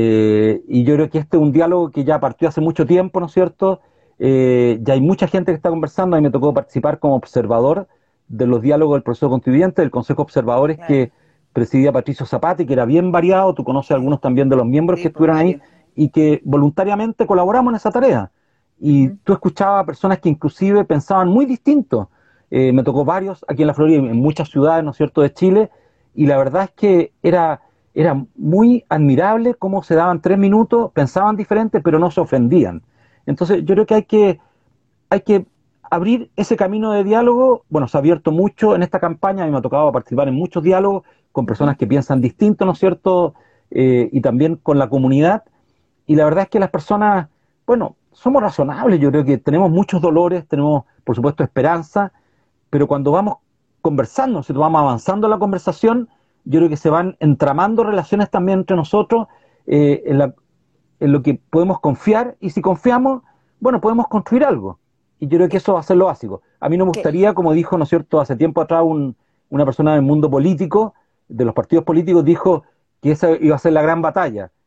Eh, y yo creo que este es un diálogo que ya partió hace mucho tiempo, ¿no es cierto? Eh, ya hay mucha gente que está conversando, a mí me tocó participar como observador de los diálogos del proceso constituyente, del Consejo de Observadores, claro, que presidía Patricio Zapata, y que era bien variado. Tú conoces a algunos también de los miembros, sí, que estuvieron ahí y que voluntariamente colaboramos en esa tarea. Y uh-huh. Tú escuchabas a personas que inclusive pensaban muy distinto. Eh, me tocó varios aquí en la Florida, en muchas ciudades, ¿no es cierto?, de Chile, y la verdad es que era, era muy admirable cómo se daban tres minutos, pensaban diferente, pero no se ofendían. Entonces yo creo que hay que, hay que abrir ese camino de diálogo. Bueno, se ha abierto mucho en esta campaña, a mí me ha tocado participar en muchos diálogos con personas que piensan distinto, ¿no es cierto?, eh, y también con la comunidad, y la verdad es que las personas, bueno, somos razonables. Yo creo que tenemos muchos dolores, tenemos, por supuesto, esperanza, pero cuando vamos conversando, si vamos avanzando en la conversación, yo creo que se van entramando relaciones también entre nosotros, eh, en, la, en lo que podemos confiar, y si confiamos, bueno, podemos construir algo, y yo creo que eso va a ser lo básico. A mí no me gustaría, como dijo, ¿no es cierto?, hace tiempo atrás un, una persona del mundo político, de los partidos políticos, dijo que esa iba a ser la gran batalla,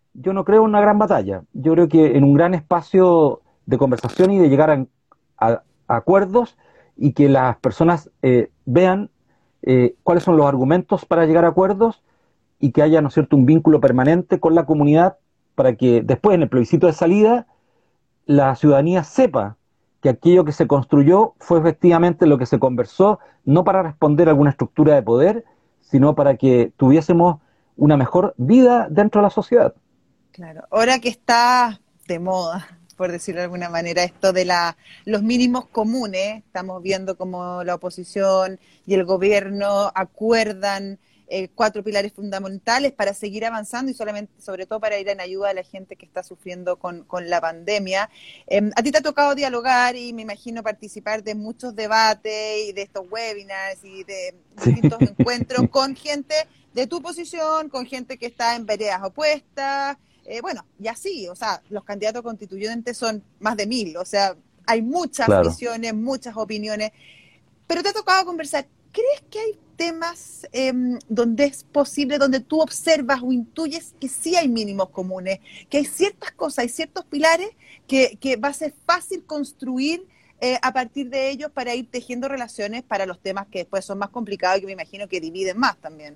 yo no creo en una gran batalla. Yo creo que en un gran espacio de conversación y de llegar a, a- a acuerdos y que las personas eh, vean eh, cuáles son los argumentos para llegar a acuerdos y que haya, ¿no es cierto?, un vínculo permanente con la comunidad para que después, en el plebiscito de salida, la ciudadanía sepa que aquello que se construyó fue efectivamente lo que se conversó, no para responder a alguna estructura de poder, sino para que tuviésemos una mejor vida dentro de la sociedad. Claro, ahora que está de moda, por decirlo de alguna manera, esto de la, los mínimos comunes, estamos viendo cómo la oposición y el gobierno acuerdan eh, cuatro pilares fundamentales para seguir avanzando y solamente, sobre todo para ir en ayuda a la gente que está sufriendo con, con la pandemia. Eh, a ti te ha tocado dialogar y me imagino participar de muchos debates y de estos webinars y de Sí. distintos encuentros con gente de tu posición, con gente que está en veredas opuestas. Eh, bueno, y así, o sea, los candidatos constituyentes son más de mil, o sea, hay muchas Claro. visiones, muchas opiniones, pero te ha tocado conversar. ¿Crees que hay temas eh, donde es posible, donde tú observas o intuyes que sí hay mínimos comunes, que hay ciertas cosas, hay ciertos pilares que, que va a ser fácil construir eh, a partir de ellos para ir tejiendo relaciones para los temas que después son más complicados y que me imagino que dividen más también?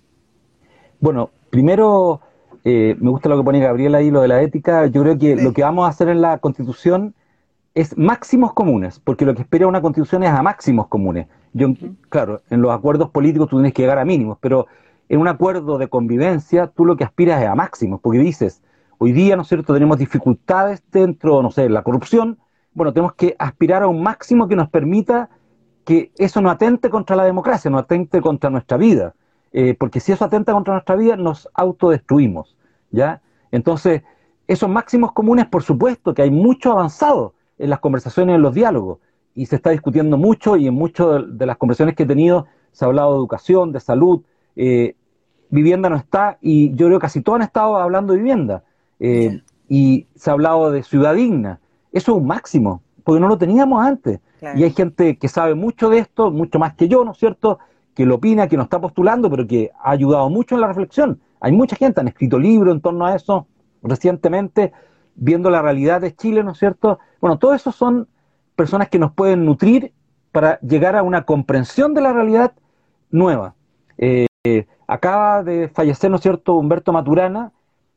Bueno, primero, eh, me gusta lo que pone Gabriela ahí, lo de la ética. Yo creo que lo Sí. que vamos a hacer en la Constitución es máximos comunes, porque lo que espera una Constitución es a máximos comunes. Yo, Uh-huh. claro, en los acuerdos políticos tú tienes que llegar a mínimos, pero en un acuerdo de convivencia tú lo que aspiras es a máximos, porque dices, hoy día, ¿no es cierto?, tenemos dificultades dentro, no sé, la corrupción. Bueno, tenemos que aspirar a un máximo que nos permita que eso no atente contra la democracia, no atente contra nuestra vida, eh, porque si eso atenta contra nuestra vida, nos autodestruimos, ¿ya? Entonces, esos máximos comunes, por supuesto, que hay mucho avanzado en las conversaciones, en los diálogos, y se está discutiendo mucho, y en muchas de, de las conversaciones que he tenido se ha hablado de educación, de salud, eh, vivienda no está, y yo creo que casi todos han estado hablando de vivienda, eh, Ya, y se ha hablado de ciudad digna. Eso es un máximo, porque no lo teníamos antes. Y hay claro. gente que sabe mucho de esto, mucho más que yo, ¿no es cierto?, que lo opina, que no está postulando, pero que ha ayudado mucho en la reflexión. Hay mucha gente, han escrito libros en torno a eso recientemente, viendo la realidad de Chile, ¿no es cierto? Bueno, todo eso son personas que nos pueden nutrir para llegar a una comprensión de la realidad nueva. Eh, acaba de fallecer, ¿no es cierto?, Humberto Maturana,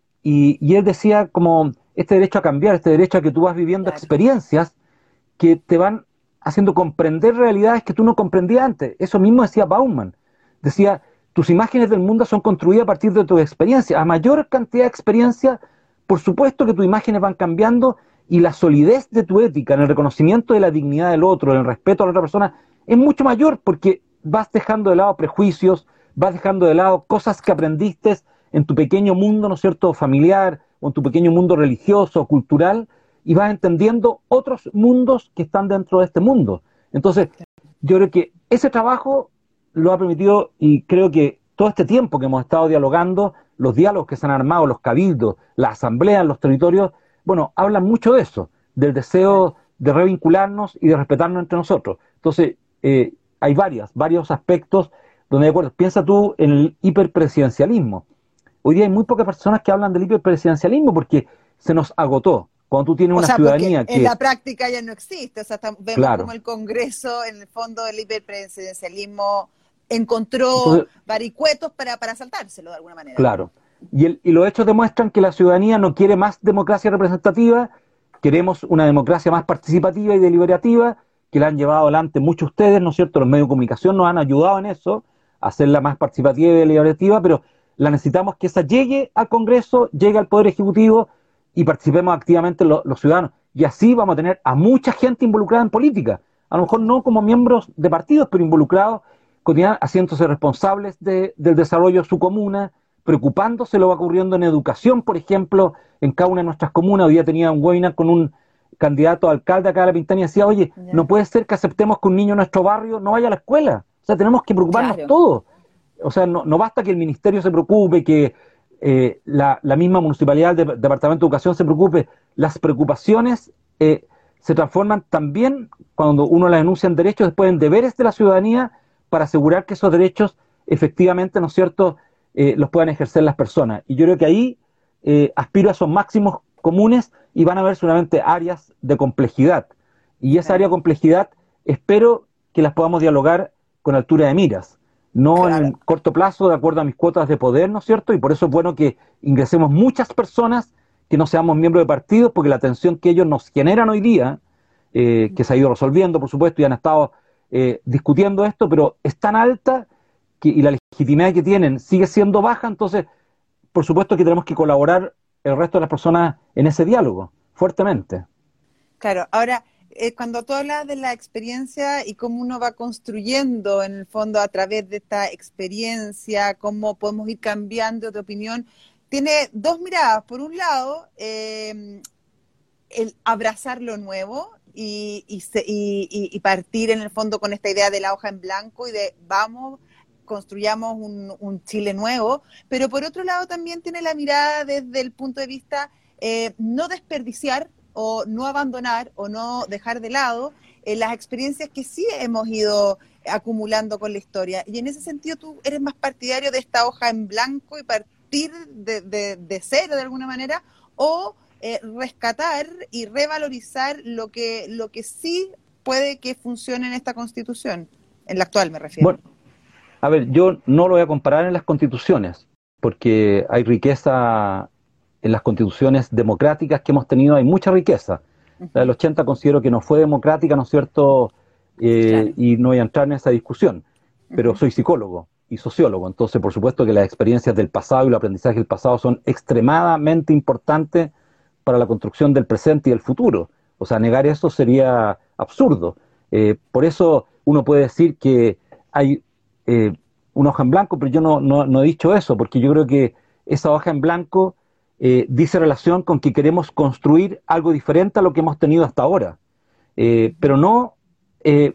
y, y él decía como este derecho a cambiar, este derecho a que tú vas viviendo Claro. experiencias que te van haciendo comprender realidades que tú no comprendías antes. Eso mismo decía Bauman. Decía, tus imágenes del mundo son construidas a partir de tu experiencia. A mayor cantidad de experiencia, por supuesto que tus imágenes van cambiando y la solidez de tu ética, en el reconocimiento de la dignidad del otro, en el respeto a la otra persona, es mucho mayor porque vas dejando de lado prejuicios, vas dejando de lado cosas que aprendiste en tu pequeño mundo, ¿no es cierto?, familiar, o en tu pequeño mundo religioso, cultural, y vas entendiendo otros mundos que están dentro de este mundo. Entonces, yo creo que ese trabajo lo ha permitido, y creo que todo este tiempo que hemos estado dialogando, los diálogos que se han armado, los cabildos, las asambleas, los territorios, bueno, hablan mucho de eso, del deseo de revincularnos y de respetarnos entre nosotros. Entonces, eh, hay varias, varios aspectos donde, de acuerdo, piensa tú en el hiperpresidencialismo. Hoy día hay muy pocas personas que hablan del hiperpresidencialismo porque se nos agotó. Cuando tú tienes O una sea, porque ciudadanía en que, la práctica ya no existe. O sea, tam- vemos como claro, el Congreso, en el fondo del hiperpresidencialismo, encontró entonces, vericuetos para, para saltárselo de alguna manera. claro. Y, el, y los hechos demuestran que la ciudadanía no quiere más democracia representativa, queremos una democracia más participativa y deliberativa, que la han llevado adelante muchos de ustedes, ¿no es cierto? Los medios de comunicación nos han ayudado en eso, a hacerla más participativa y deliberativa, pero la necesitamos que esa llegue al Congreso, llegue al Poder Ejecutivo y participemos activamente los, los ciudadanos. Y así vamos a tener a mucha gente involucrada en política, a lo mejor no como miembros de partidos, pero involucrados, haciéndose responsables de, del desarrollo de su comuna, preocupándose lo que va ocurriendo en educación, por ejemplo, en cada una de nuestras comunas. Hoy día tenía un webinar con un candidato a alcalde acá de La Pintana y decía, oye, Ya. no puede ser que aceptemos que un niño en nuestro barrio no vaya a la escuela. O sea, tenemos que preocuparnos Claro. todos. O sea, no, no basta que el ministerio se preocupe, que eh, la, la misma municipalidad del Departamento de Educación se preocupe. Las preocupaciones eh, se transforman también, cuando uno las enuncia en derechos, después en deberes de la ciudadanía para asegurar que esos derechos efectivamente, ¿no es cierto?, eh, los puedan ejercer las personas. Y yo creo que ahí eh, aspiro a esos máximos comunes y van a haber seguramente áreas de complejidad. Y esa área de complejidad espero que las podamos dialogar con altura de miras, no en Claro. el corto plazo, de acuerdo a mis cuotas de poder, ¿no es cierto? Y por eso es bueno que ingresemos muchas personas, que no seamos miembros de partidos, porque la tensión que ellos nos generan hoy día, eh, que se ha ido resolviendo, por supuesto, y han estado eh, discutiendo esto, pero es tan alta que, y la legitimidad que tienen sigue siendo baja, entonces, por supuesto que tenemos que colaborar el resto de las personas en ese diálogo, fuertemente. Claro, ahora, eh, cuando tú hablas de la experiencia y cómo uno va construyendo, en el fondo, a través de esta experiencia, cómo podemos ir cambiando de opinión, tiene dos miradas. Por un lado, eh, el abrazar lo nuevo y, y, se, y, y partir en el fondo con esta idea de la hoja en blanco y de vamos, construyamos un, un Chile nuevo, pero por otro lado también tiene la mirada desde el punto de vista eh, no desperdiciar o no abandonar o no dejar de lado eh, las experiencias que sí hemos ido acumulando con la historia. Y en ese sentido tú eres más partidario de esta hoja en blanco y partir de, de, de cero de alguna manera, o eh, rescatar y revalorizar lo que, lo que sí puede que funcione en esta Constitución, en la actual me refiero. Bueno, a ver, yo no lo voy a comparar en las constituciones, porque hay riqueza en las constituciones democráticas que hemos tenido, hay mucha riqueza. Uh-huh. La del ochenta considero que no fue democrática, ¿no es cierto? Eh, claro. Y no voy a entrar en esa discusión, pero uh-huh. soy psicólogo y sociólogo, entonces por supuesto que las experiencias del pasado y el aprendizaje del pasado son extremadamente importantes para la construcción del presente y el futuro. O sea, negar eso sería absurdo. Eh, por eso uno puede decir que hay eh, una hoja en blanco, pero yo no, no, no he dicho eso, porque yo creo que esa hoja en blanco eh, dice relación con que queremos construir algo diferente a lo que hemos tenido hasta ahora, eh, pero no eh,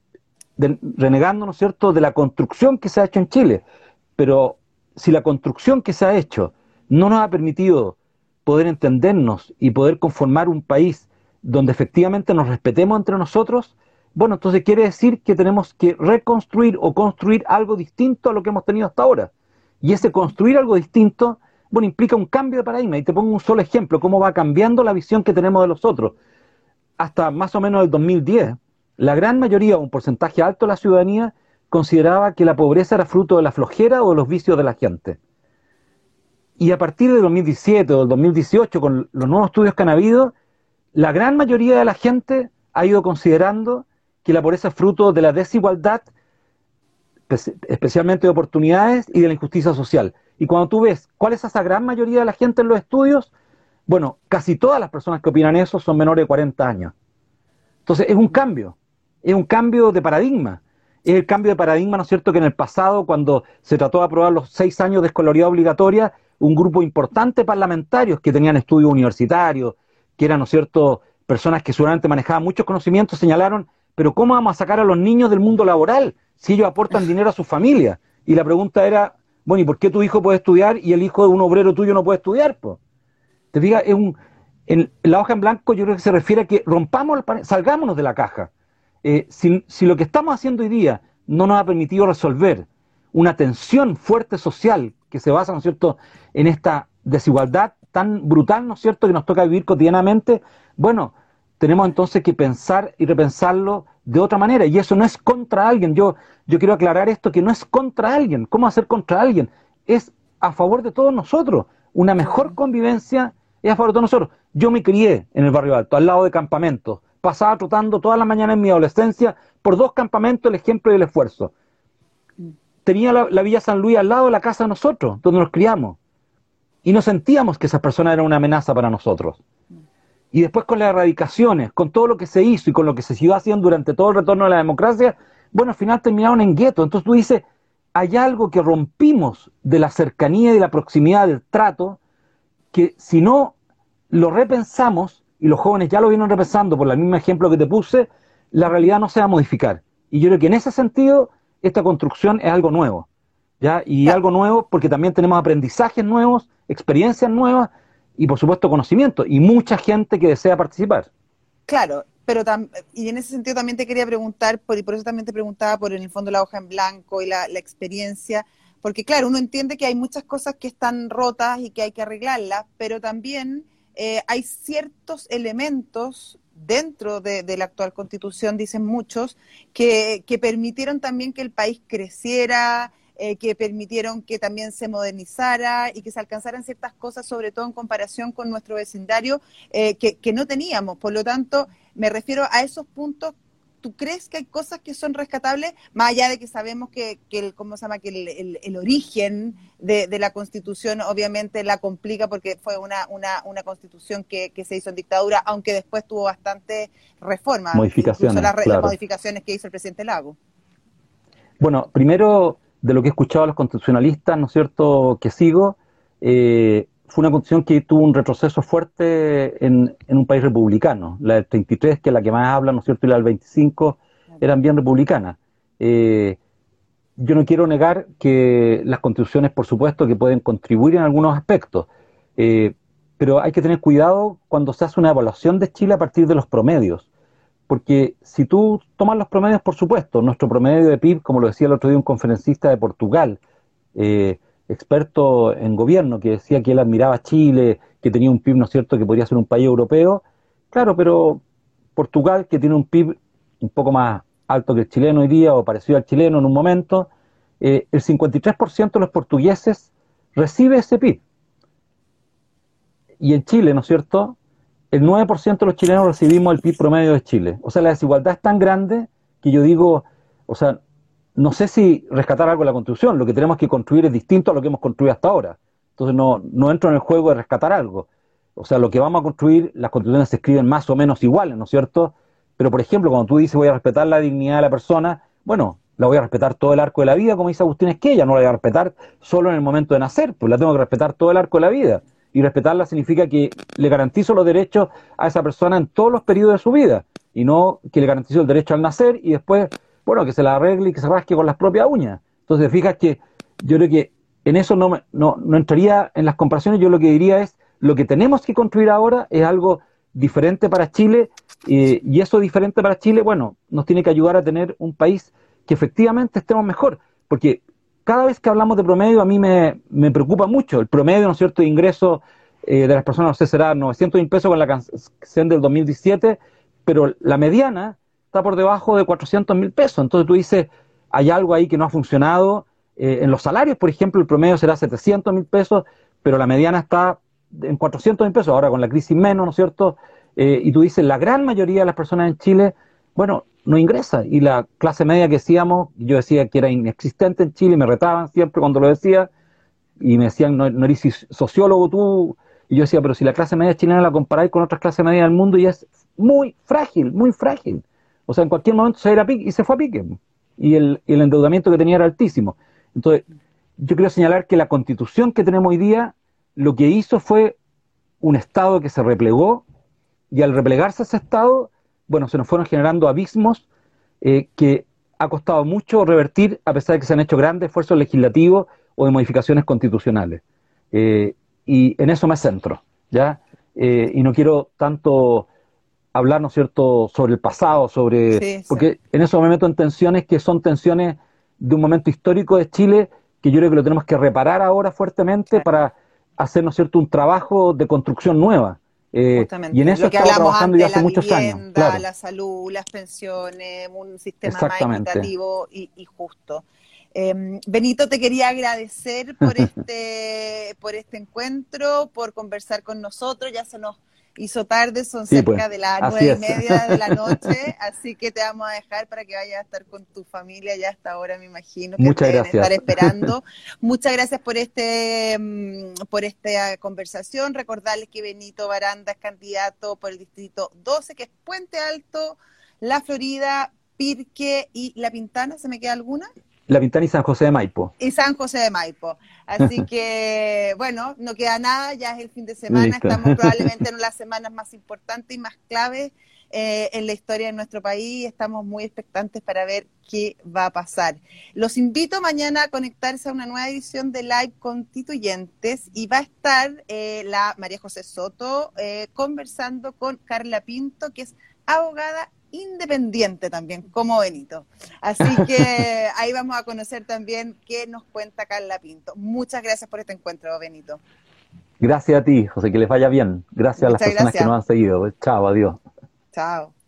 de, renegando, ¿no es cierto?, de la construcción que se ha hecho en Chile. Pero si la construcción que se ha hecho no nos ha permitido poder entendernos y poder conformar un país donde efectivamente nos respetemos entre nosotros, bueno, entonces quiere decir que tenemos que reconstruir o construir algo distinto a lo que hemos tenido hasta ahora. Y ese construir algo distinto, bueno, implica un cambio de paradigma. Y te pongo un solo ejemplo, cómo va cambiando la visión que tenemos de los otros. Hasta más o menos el dos mil diez, la gran mayoría, un porcentaje alto de la ciudadanía, consideraba que la pobreza era fruto de la flojera o de los vicios de la gente. Y a partir del dos mil diecisiete o del dos mil dieciocho, con los nuevos estudios que han habido, la gran mayoría de la gente ha ido considerando que la pobreza es fruto de la desigualdad, especialmente de oportunidades, y de la injusticia social. Y cuando tú ves cuál es esa gran mayoría de la gente en los estudios, bueno, casi todas las personas que opinan eso son menores de cuarenta años. Entonces es un cambio, es un cambio de paradigma. Es el cambio de paradigma, ¿no es cierto?, que en el pasado, cuando se trató de aprobar los seis años de escolaridad obligatoria, un grupo importante de parlamentarios que tenían estudios universitarios, que eran, ¿no es cierto?, personas que seguramente manejaban muchos conocimientos, señalaron, pero ¿cómo vamos a sacar a los niños del mundo laboral si ellos aportan dinero a sus familias? Y la pregunta era, bueno, ¿y por qué tu hijo puede estudiar y el hijo de un obrero tuyo no puede estudiar? Pues, te fijas, es un, en la hoja en blanco yo creo que se refiere a que rompamos, salgámonos de la caja. Eh, si, si lo que estamos haciendo hoy día no nos ha permitido resolver una tensión fuerte social que se basa, ¿no es cierto?, en esta desigualdad tan brutal, ¿no es cierto?, que nos toca vivir cotidianamente, bueno, tenemos entonces que pensar y repensarlo de otra manera, y eso no es contra alguien. Yo, yo quiero aclarar esto, que no es contra alguien. ¿Cómo hacer contra alguien? Es a favor de todos nosotros. Una mejor convivencia es a favor de todos nosotros. Yo me crié en el Barrio Alto, al lado de campamentos. Pasaba trotando todas las mañanas en mi adolescencia por dos campamentos, el ejemplo y el esfuerzo. Tenía la, la Villa San Luis al lado de la casa de nosotros, donde nos criamos. Y no sentíamos que esas personas eran una amenaza para nosotros. Y después con las erradicaciones, con todo lo que se hizo y con lo que se siguió haciendo durante todo el retorno de la democracia, bueno, al final terminaron en guetos. Entonces tú dices, hay algo que rompimos de la cercanía y de la proximidad del trato, que si no lo repensamos, y los jóvenes ya lo vienen repensando por el mismo ejemplo que te puse, la realidad no se va a modificar. Y yo creo que en ese sentido, esta construcción es algo nuevo, ¿ya? Y algo nuevo porque también tenemos aprendizajes nuevos, experiencias nuevas, y por supuesto conocimiento, y mucha gente que desea participar. Claro, pero tam y en ese sentido también te quería preguntar, por, y por eso también te preguntaba por en el fondo la hoja en blanco y la, la experiencia, porque claro, uno entiende que hay muchas cosas que están rotas y que hay que arreglarlas, pero también eh, hay ciertos elementos dentro de, de la actual Constitución, dicen muchos, que, que permitieron también que el país creciera, eh, que permitieron que también se modernizara y que se alcanzaran ciertas cosas, sobre todo en comparación con nuestro vecindario, eh, que, que no teníamos. Por lo tanto, me refiero a esos puntos. ¿Tú crees que hay cosas que son rescatables, más allá de que sabemos que, que el, ¿cómo se llama? Que el, el, el origen de, de la Constitución obviamente la complica porque fue una, una, una Constitución que, que se hizo en dictadura, aunque después tuvo bastantes reformas, Modificaciones, incluso las, claro. las modificaciones que hizo el presidente Lago? Bueno, primero, de lo que he escuchado a los constitucionalistas, ¿no es cierto?, que sigo, eh, fue una constitución que tuvo un retroceso fuerte en, en un país republicano. La del treinta y tres, que es la que más habla, ¿no es cierto?, y la del veinticinco eran bien republicanas. Eh, yo no quiero negar que las constituciones, por supuesto, que pueden contribuir en algunos aspectos, eh, pero hay que tener cuidado cuando se hace una evaluación de Chile a partir de los promedios. Porque si tú tomas los promedios, por supuesto, nuestro promedio de P I B, como lo decía el otro día un conferencista de Portugal, eh, experto en gobierno, que decía que él admiraba a Chile, que tenía un P I B, ¿no es cierto?, que podría ser un país europeo. Claro, pero Portugal, que tiene un P I B un poco más alto que el chileno hoy día, o parecido al chileno en un momento, eh, el cincuenta y tres por ciento de los portugueses recibe ese P I B. Y en Chile, ¿no es cierto?, el nueve por ciento de los chilenos recibimos el P I B promedio de Chile. O sea, la desigualdad es tan grande que yo digo, o sea, no sé si rescatar algo de la Constitución, lo que tenemos que construir es distinto a lo que hemos construido hasta ahora. Entonces no, no entro en el juego de rescatar algo. O sea, lo que vamos a construir, las constituciones se escriben más o menos iguales, ¿no es cierto? Pero, por ejemplo, cuando tú dices voy a respetar la dignidad de la persona, bueno, la voy a respetar todo el arco de la vida, como dice Agustín Esquella, no la voy a respetar solo en el momento de nacer, pues la tengo que respetar todo el arco de la vida. Y respetarla significa que le garantizo los derechos a esa persona en todos los periodos de su vida, y no que le garantizo el derecho al nacer y después, bueno, que se la arregle y que se rasque con las propias uñas. Entonces, fijas que yo creo que en eso no, me, no, no entraría en las comparaciones. Yo lo que diría es, lo que tenemos que construir ahora es algo diferente para Chile, eh, y eso diferente para Chile, bueno, nos tiene que ayudar a tener un país que efectivamente estemos mejor, porque cada vez que hablamos de promedio a mí me, me preocupa mucho. El promedio, ¿no es cierto?, de ingresos eh, de las personas, no sé, será novecientos mil pesos con la canción del dos mil diecisiete, pero la mediana está por debajo de cuatrocientos mil pesos. Entonces tú dices, hay algo ahí que no ha funcionado. Eh, en los salarios, por ejemplo, el promedio será setecientos mil pesos, pero la mediana está en cuatrocientos mil pesos, ahora con la crisis menos, ¿no es cierto? Eh, y tú dices, la gran mayoría de las personas en Chile, bueno, no ingresa, y la clase media que decíamos, yo decía que era inexistente en Chile, y me retaban siempre cuando lo decía, y me decían, no, no eres sociólogo tú, y yo decía, pero si la clase media chilena la comparáis con otras clases medias del mundo, ya es muy frágil, muy frágil. O sea, en cualquier momento se va a ir a pique, y se fue a pique, y el, y el endeudamiento que tenía era altísimo. Entonces, yo quiero señalar que la Constitución que tenemos hoy día, lo que hizo fue un Estado que se replegó, y al replegarse ese Estado, bueno, se nos fueron generando abismos eh, que ha costado mucho revertir, a pesar de que se han hecho grandes esfuerzos legislativos o de modificaciones constitucionales. Eh, y en eso me centro, ¿ya? Eh, y no quiero tanto hablar, ¿no es cierto?, sobre el pasado, sobre Sí, sí. porque en eso me meto en tensiones que son tensiones de un momento histórico de Chile, que yo creo que lo tenemos que reparar ahora fuertemente, claro, para hacer, ¿no es cierto?, un trabajo de construcción nueva. Eh, y en eso lo que estamos hablamos trabajando antes, ya hace la muchos vivienda, años. Claro. La salud, las pensiones, un sistema más equitativo y, y justo. Eh, Benito, te quería agradecer por este, por este encuentro, por conversar con nosotros. Ya se nos hizo tarde, son sí, cerca pues, de las nueve y media de la noche, así que te vamos a dejar para que vayas a estar con tu familia ya hasta ahora, me imagino que Muchas deben gracias. estar esperando. Muchas gracias por este por esta conversación. Recordarles que Benito Baranda es candidato por el distrito doce, que es Puente Alto, La Florida, Pirque y La Pintana. ¿Se me queda alguna? La Pintana y San José de Maipo. Y San José de Maipo. Así que, bueno, no queda nada, ya es el fin de semana. Listo. Estamos probablemente en las semanas más importantes y más claves eh, en la historia de nuestro país. Estamos muy expectantes para ver qué va a pasar. Los invito mañana a conectarse a una nueva edición de Live Constituyentes, y va a estar eh, la María José Soto eh, conversando con Carla Pinto, que es abogada independiente también, como Benito. Así que ahí vamos a conocer también qué nos cuenta Carla Pinto. Muchas gracias por este encuentro, Benito. Gracias a ti, José, que les vaya bien. Gracias a las Muchas personas que gracias. nos han seguido. Chao, adiós. Chao.